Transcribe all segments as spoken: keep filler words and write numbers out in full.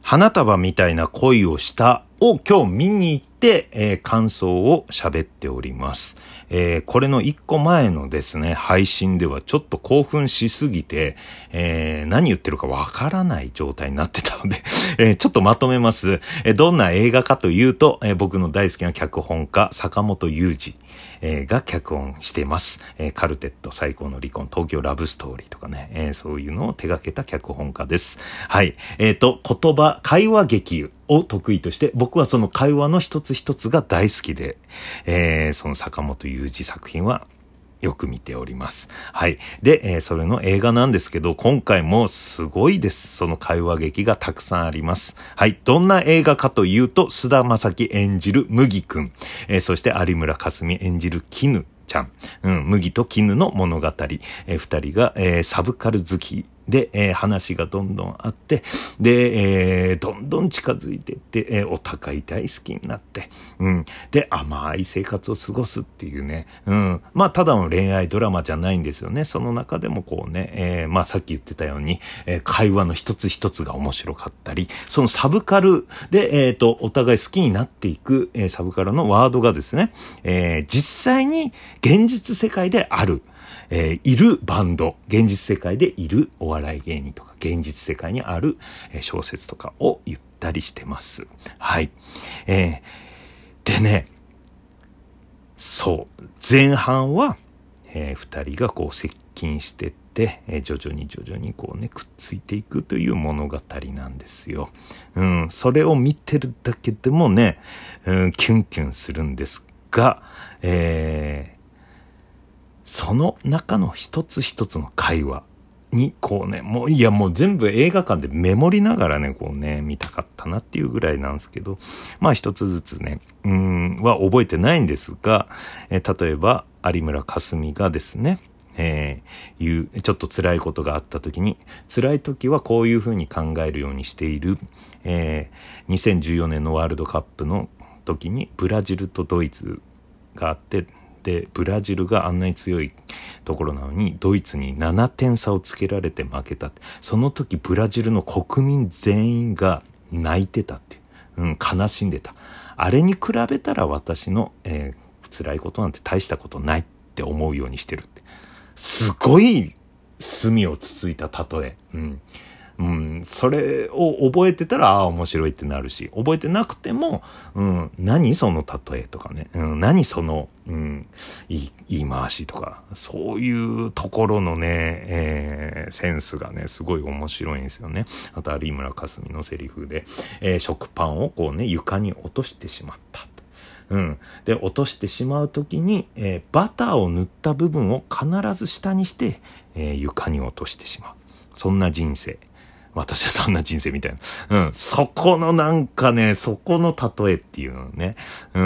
花束みたいな恋をしたを今日見に行って、えー、感想を喋っております。えー、これの一個前のですね、配信ではちょっと興奮しすぎて、えー、何言ってるかわからない状態になってたので、えー、ちょっとまとめます。えー、どんな映画かというと、えー、僕の大好きな脚本家、坂本雄二、えー、が脚本しています。えー、カルテット、最高の離婚、東京ラブストーリーとかね、えー、そういうのを手掛けた脚本家です。はい。えっと、言葉、会話劇を得意として、僕はその会話の一つ一つが大好きで、えー、その坂本雄二作品はよく見ております。はい。で、えー、それの映画なんですけど、今回もすごいです。その会話劇がたくさんあります。はい。どんな映画かというと、菅田将暉演じる麦くん、えー、そして有村架純演じる絹ちゃん、うん、麦と絹の物語、えー、二人が、えー、サブカル好きで、えー、話がどんどんあって、で、えー、どんどん近づいていって、えー、お互い大好きになって、うん。で、甘い生活を過ごすっていうね。うん。まあ、ただの恋愛ドラマじゃないんですよね。その中でもこうね、えー、まあ、さっき言ってたように、えー、会話の一つ一つが面白かったり、そのサブカルで、えっと、お互い好きになっていく、えー、サブカルのワードがですね、えー、実際に現実世界である。えー、いるバンド、現実世界でいるお笑い芸人とか、現実世界にある、えー、小説とかを言ったりしてます。はい。えー、でね、そう、前半は、えー、二人がこう接近してって、えー、徐々に徐々にこうね、くっついていくという物語なんですよ。うん、それを見てるだけでもね、うん、キュンキュンするんですが、えー、その中の一つ一つの会話にこうね、もういやもう全部映画館でメモりながらね、こうね、見たかったなっていうぐらいなんですけど、まあ一つずつね、うーん、は覚えてないんですが、えー、例えば有村架純がですね、えー、いう、ちょっと辛いことがあった時に、辛い時はこういうふうに考えるようにしている、えー、にせんじゅうよねんのワールドカップの時にブラジルとドイツがあって、でブラジルがあんなに強いところなのにドイツにななてん差をつけられて負けた。その時ブラジルの国民全員が泣いてたって、うん、悲しんでた。あれに比べたら私の、えー、辛いことなんて大したことないって思うようにしてるって、すごい墨をつついた例え。うんうん、それを覚えてたら、ああ、面白いってなるし、覚えてなくても、うん、何その例えとかね、うん、何その、うん、言い、言い回しとか、そういうところのね、えー、センスがね、すごい面白いんですよね。あと、有村架純のセリフで、えー、食パンをこうね、床に落としてしまった。うん。で、落としてしまうときに、えー、バターを塗った部分を必ず下にして、えー、床に落としてしまう。そんな人生。私はそんな人生みたいな。うん。そこのなんかね、そこの例えっていうのね。うん。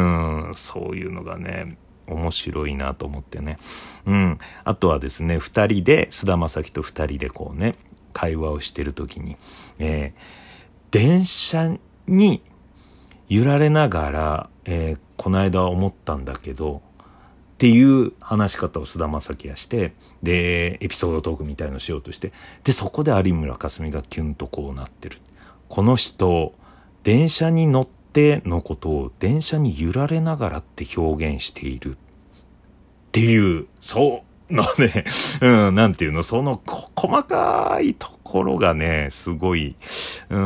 そういうのがね、面白いなと思ってね。うん。あとはですね、二人で、菅田将暉と二人でこうね、会話をしてるときに、えー、電車に揺られながら、えー、この間思ったんだけど、っていう話し方を菅田将暉がして、で、エピソードトークみたいのしようとして、で、そこで有村架純がキュンとこうなってる。この人、電車に乗ってのことを電車に揺られながらって表現している。っていう、そうのね、うん、なんていうの、その細かいところがね、すごい、うん、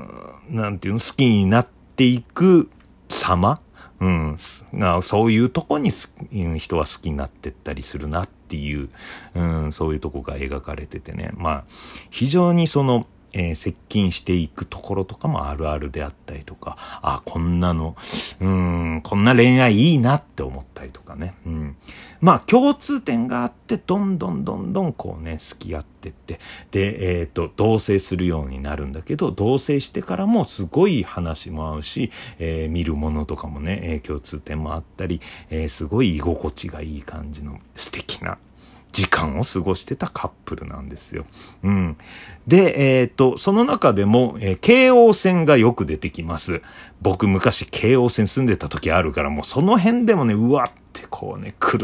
なんていうの、好きになっていく様うん、そういうとこに人は好きになってったりするなっていう、うん、そういうとこが描かれててね。まあ、非常にその、えー、接近していくところとかもあるあるであったりとか、あ、こんなの、うん、こんな恋愛いいなって思ったりとかね。うん。まあ、共通点があって、どんどんどんどんこうね、付き合ってって、で、えっと、同棲するようになるんだけど、同棲してからもすごい話も合うし、えー、見るものとかもね、えー、共通点もあったり、えー、すごい居心地がいい感じの素敵な時間を過ごしてたカップルなんですよ。うん。で、えっと、その中でも、えー、京王線がよく出てきます。僕昔京王線住んでた時あるから、もうその辺でもね、うわってこうね、来るなって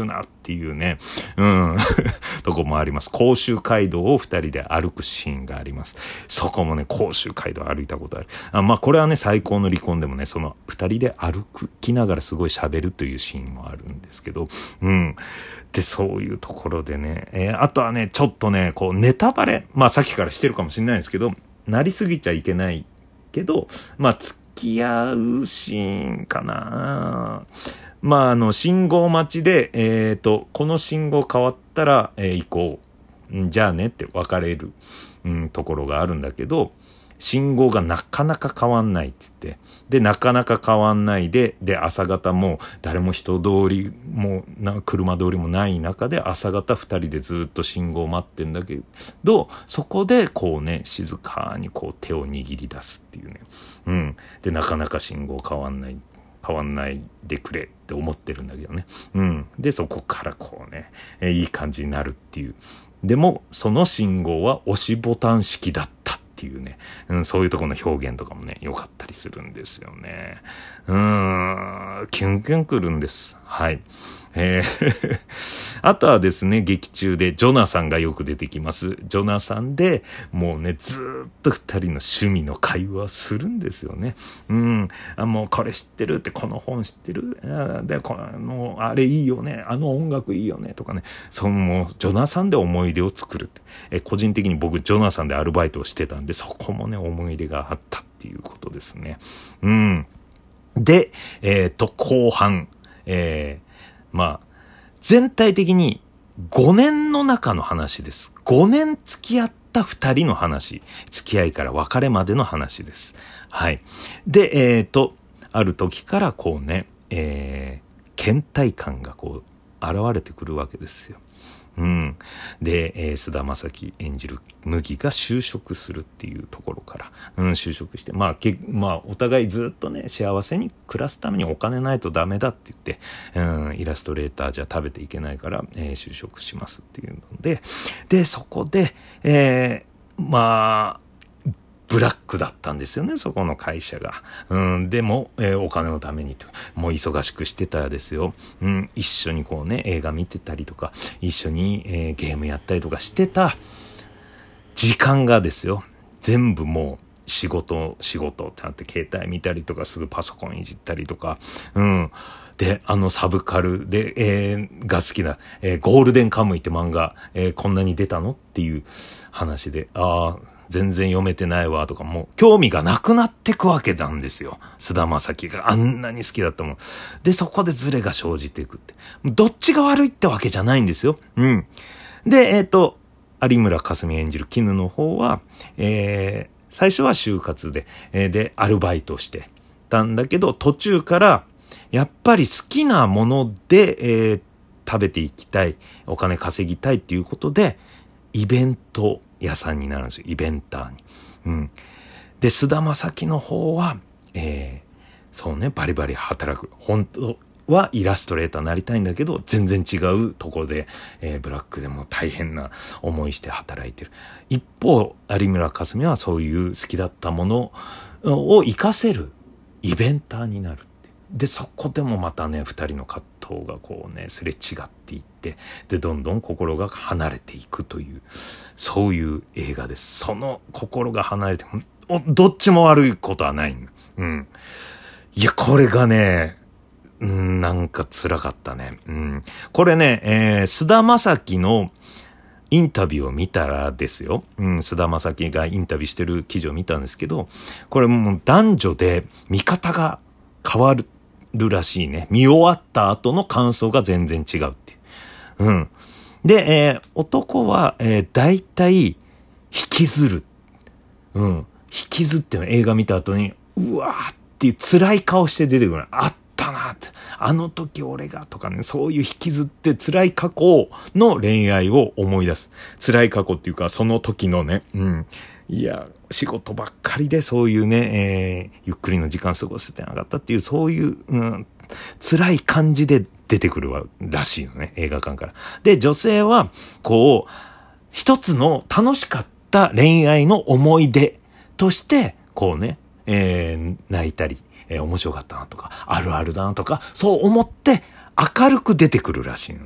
っていうね、うん、とこもあります。甲州街道を二人で歩くシーンがあります。そこもね、甲州街道歩いたことある。あまあ、これはね、最高の離婚でもね、その二人で歩きながらすごい喋るというシーンもあるんですけど、うん。で、そういうところでね、えー、あとはね、ちょっとね、こう、ネタバレ、まあ、さっきからしてるかもしれないんですけど、なりすぎちゃいけないけど、まあ、付き合うシーンかな。まあ、あの、信号待ちで、えっと、この信号変わったら、えー、行こう。じゃあねって別れる、うん、ところがあるんだけど、信号がなかなか変わんないって言って。で、なかなか変わんないで、で、朝方も誰も人通りもな、車通りもない中で朝方二人でずっと信号を待ってんだけど、そこでこうね、静かにこう手を握り出すっていうね。うん。で、なかなか信号変わんない。変わんないでくれって思ってるんだけどね。うん。で、そこからこうね、えー、いい感じになるっていう。でも、その信号は押しボタン式だったっていうね。うん、そういうところの表現とかもね、良かったりするんですよね。うーん、キュンキュンくるんです。はい。えー、あとはですね、劇中でジョナサンがよく出てきます。ジョナサンで、もうね、ずーっと二人の趣味の会話するんですよね。うん。あ、もうこれ知ってるって、この本知ってるあで、この、あれいいよね。あの音楽いいよね。とかね。その、もう、ジョナサンで思い出を作るって。え、個人的に僕、ジョナサンでアルバイトをしてたんで、そこもね、思い出があったっていうことですね。うん。で、えっと、後半、えー、まあ、全体的にごねんの中の話です。ごねん付き合ったふたりの話。付き合いから別れまでの話です。はい。で、えっと、ある時からこうね、えー、倦怠感がこう、現れてくるわけですよ。うん。で、えー、菅田将暉演じる麦が就職するっていうところから、うん、就職して、まあ、け、まあ、お互いずっとね、幸せに暮らすためにお金ないとダメだって言って、うん、イラストレーターじゃ食べていけないから、えー、就職しますっていうので、で、そこで、えー、まあ、ブラックだったんですよね、そこの会社が。うん、でも、えー、お金のためにと、もう忙しくしてたですよ。うん、一緒にこうね、映画見てたりとか、一緒に、えー、ゲームやったりとかしてた時間がですよ、全部もう仕事、仕事ってなって携帯見たりとか、すぐパソコンいじったりとか、うん。で、あのサブカルで、えー、が好きな、えー、ゴールデンカムイって漫画、えー、こんなに出たのっていう話で、ああ、全然読めてないわとか、もう興味がなくなってくわけなんですよ。菅田将暉があんなに好きだったもん。で、そこでズレが生じていくって。どっちが悪いってわけじゃないんですよ。うん。で、えっと、有村架純演じる絹の方は、えー、最初は就活で、えー、で、アルバイトしてたんだけど、途中から、やっぱり好きなもので、えー、食べていきたい、お金稼ぎたいっていうことで、イベント屋さんになるんですよ。イベンターに。うん。で、菅田将暉の方は、えー、そうね、バリバリ働く。本当はイラストレーターになりたいんだけど、全然違うところで、えー、ブラックでも大変な思いして働いてる。一方、有村架純はそういう好きだったものを活かせるイベンターになる。で、そこでもまたね、二人の葛藤がこうね、すれ違っていって、で、どんどん心が離れていくという、そういう映画です。その心が離れて、お、どっちも悪いことはない。うん。いや、これがね、うん、なんか辛かったね。うん。これね、えー、菅田将暉のインタビューを見たらですよ。うん、菅田将暉がインタビューしてる記事を見たんですけど、これもう男女で見方が変わる。るらしいね。見終わった後の感想が全然違うっていう。うん。で、えー、男は、えー、大体、引きずる。うん。引きずっての映画見た後に、うわーっていう辛い顔して出てくる。あったなって。あの時俺がとかね、そういう引きずって辛い過去の恋愛を思い出す。辛い過去っていうか、その時のね、うん。いや、仕事ばっかりでそういうね、えー、ゆっくりの時間過ごせてなかったっていう、そういう、うん、辛い感じで出てくるらしいのね、映画館から。で、女性は、こう、一つの楽しかった恋愛の思い出として、こうね、えー、泣いたり、えー、面白かったなとか、あるあるだなとか、そう思って明るく出てくるらしいのね。う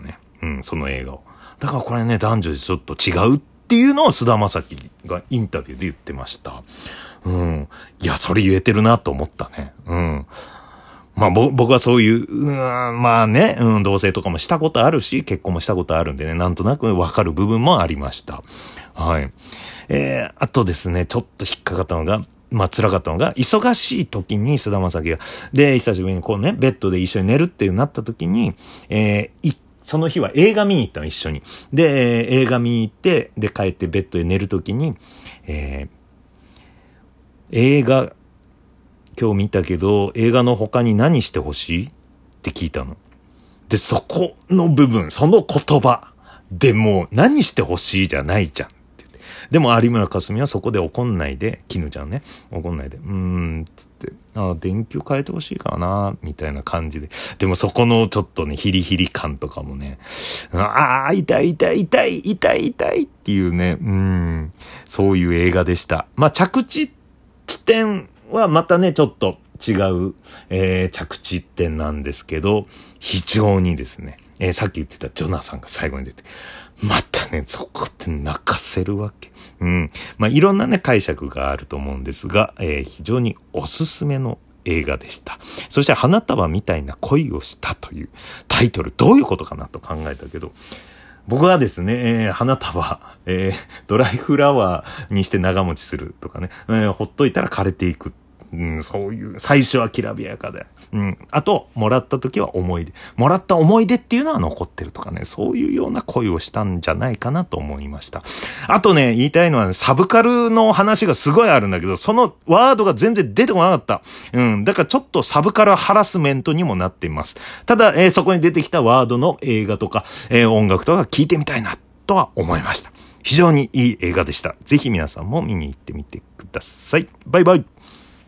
うん、その映画を。だからこれね、男女でちょっと違うっていうのを菅田将暉がインタビューで言ってました。うん。いや、それ言えてるなと思ったね。うん。まあ、ぼ、僕はそういう、うーん、まあね、うん、同棲とかもしたことあるし、結婚もしたことあるんでね、なんとなくわかる部分もありました。はい。えー、あとですね、ちょっと引っかかったのが、まあ辛かったのが、忙しい時に菅田将暉が、で、久しぶりにこうね、ベッドで一緒に寝るっていうなった時に、えー、いその日は映画見に行ったの、一緒に。で、映画見に行って、で、帰ってベッドで寝る時に、えー、映画、今日見たけど、映画の他に何してほしいって聞いたの。で、そこの部分、その言葉でもう何してほしいじゃないじゃんって言って。でも有村架純はそこで怒んないで、絹ちゃんね、怒んないで、うーん、つって、ああ、電球変えてほしいかな、みたいな感じで。でもそこのちょっとね、ヒリヒリ感とかもね、ああ、痛い痛い痛い痛い痛いっていうね、うーん、そういう映画でした。まあ、着地地点はまたね、ちょっと違う、えー、着地点なんですけど、非常にですね、えー、さっき言ってたジョナサンが最後に出て、またね、そこって泣かせるわけ。うん。まあ、いろんなね、解釈があると思うんですが、えー、非常におすすめの映画でした。そして花束みたいな恋をしたというタイトル、どういうことかなと考えたけど、僕はですね、えー、花束、えー、ドライフラワーにして長持ちするとかね、えー、ほっといたら枯れていく。うん、そういう、最初はきらびやかで。うん。あと、もらった時は思い出。もらった思い出っていうのは残ってるとかね、そういうような恋をしたんじゃないかなと思いました。あとね、言いたいのは、ね、サブカルの話がすごいあるんだけど、そのワードが全然出てこなかった。うん。だからちょっとサブカルハラスメントにもなっています。ただ、えー、そこに出てきたワードの映画とか、えー、音楽とか聞いてみたいな、とは思いました。非常にいい映画でした。ぜひ皆さんも見に行ってみてください。バイバイ。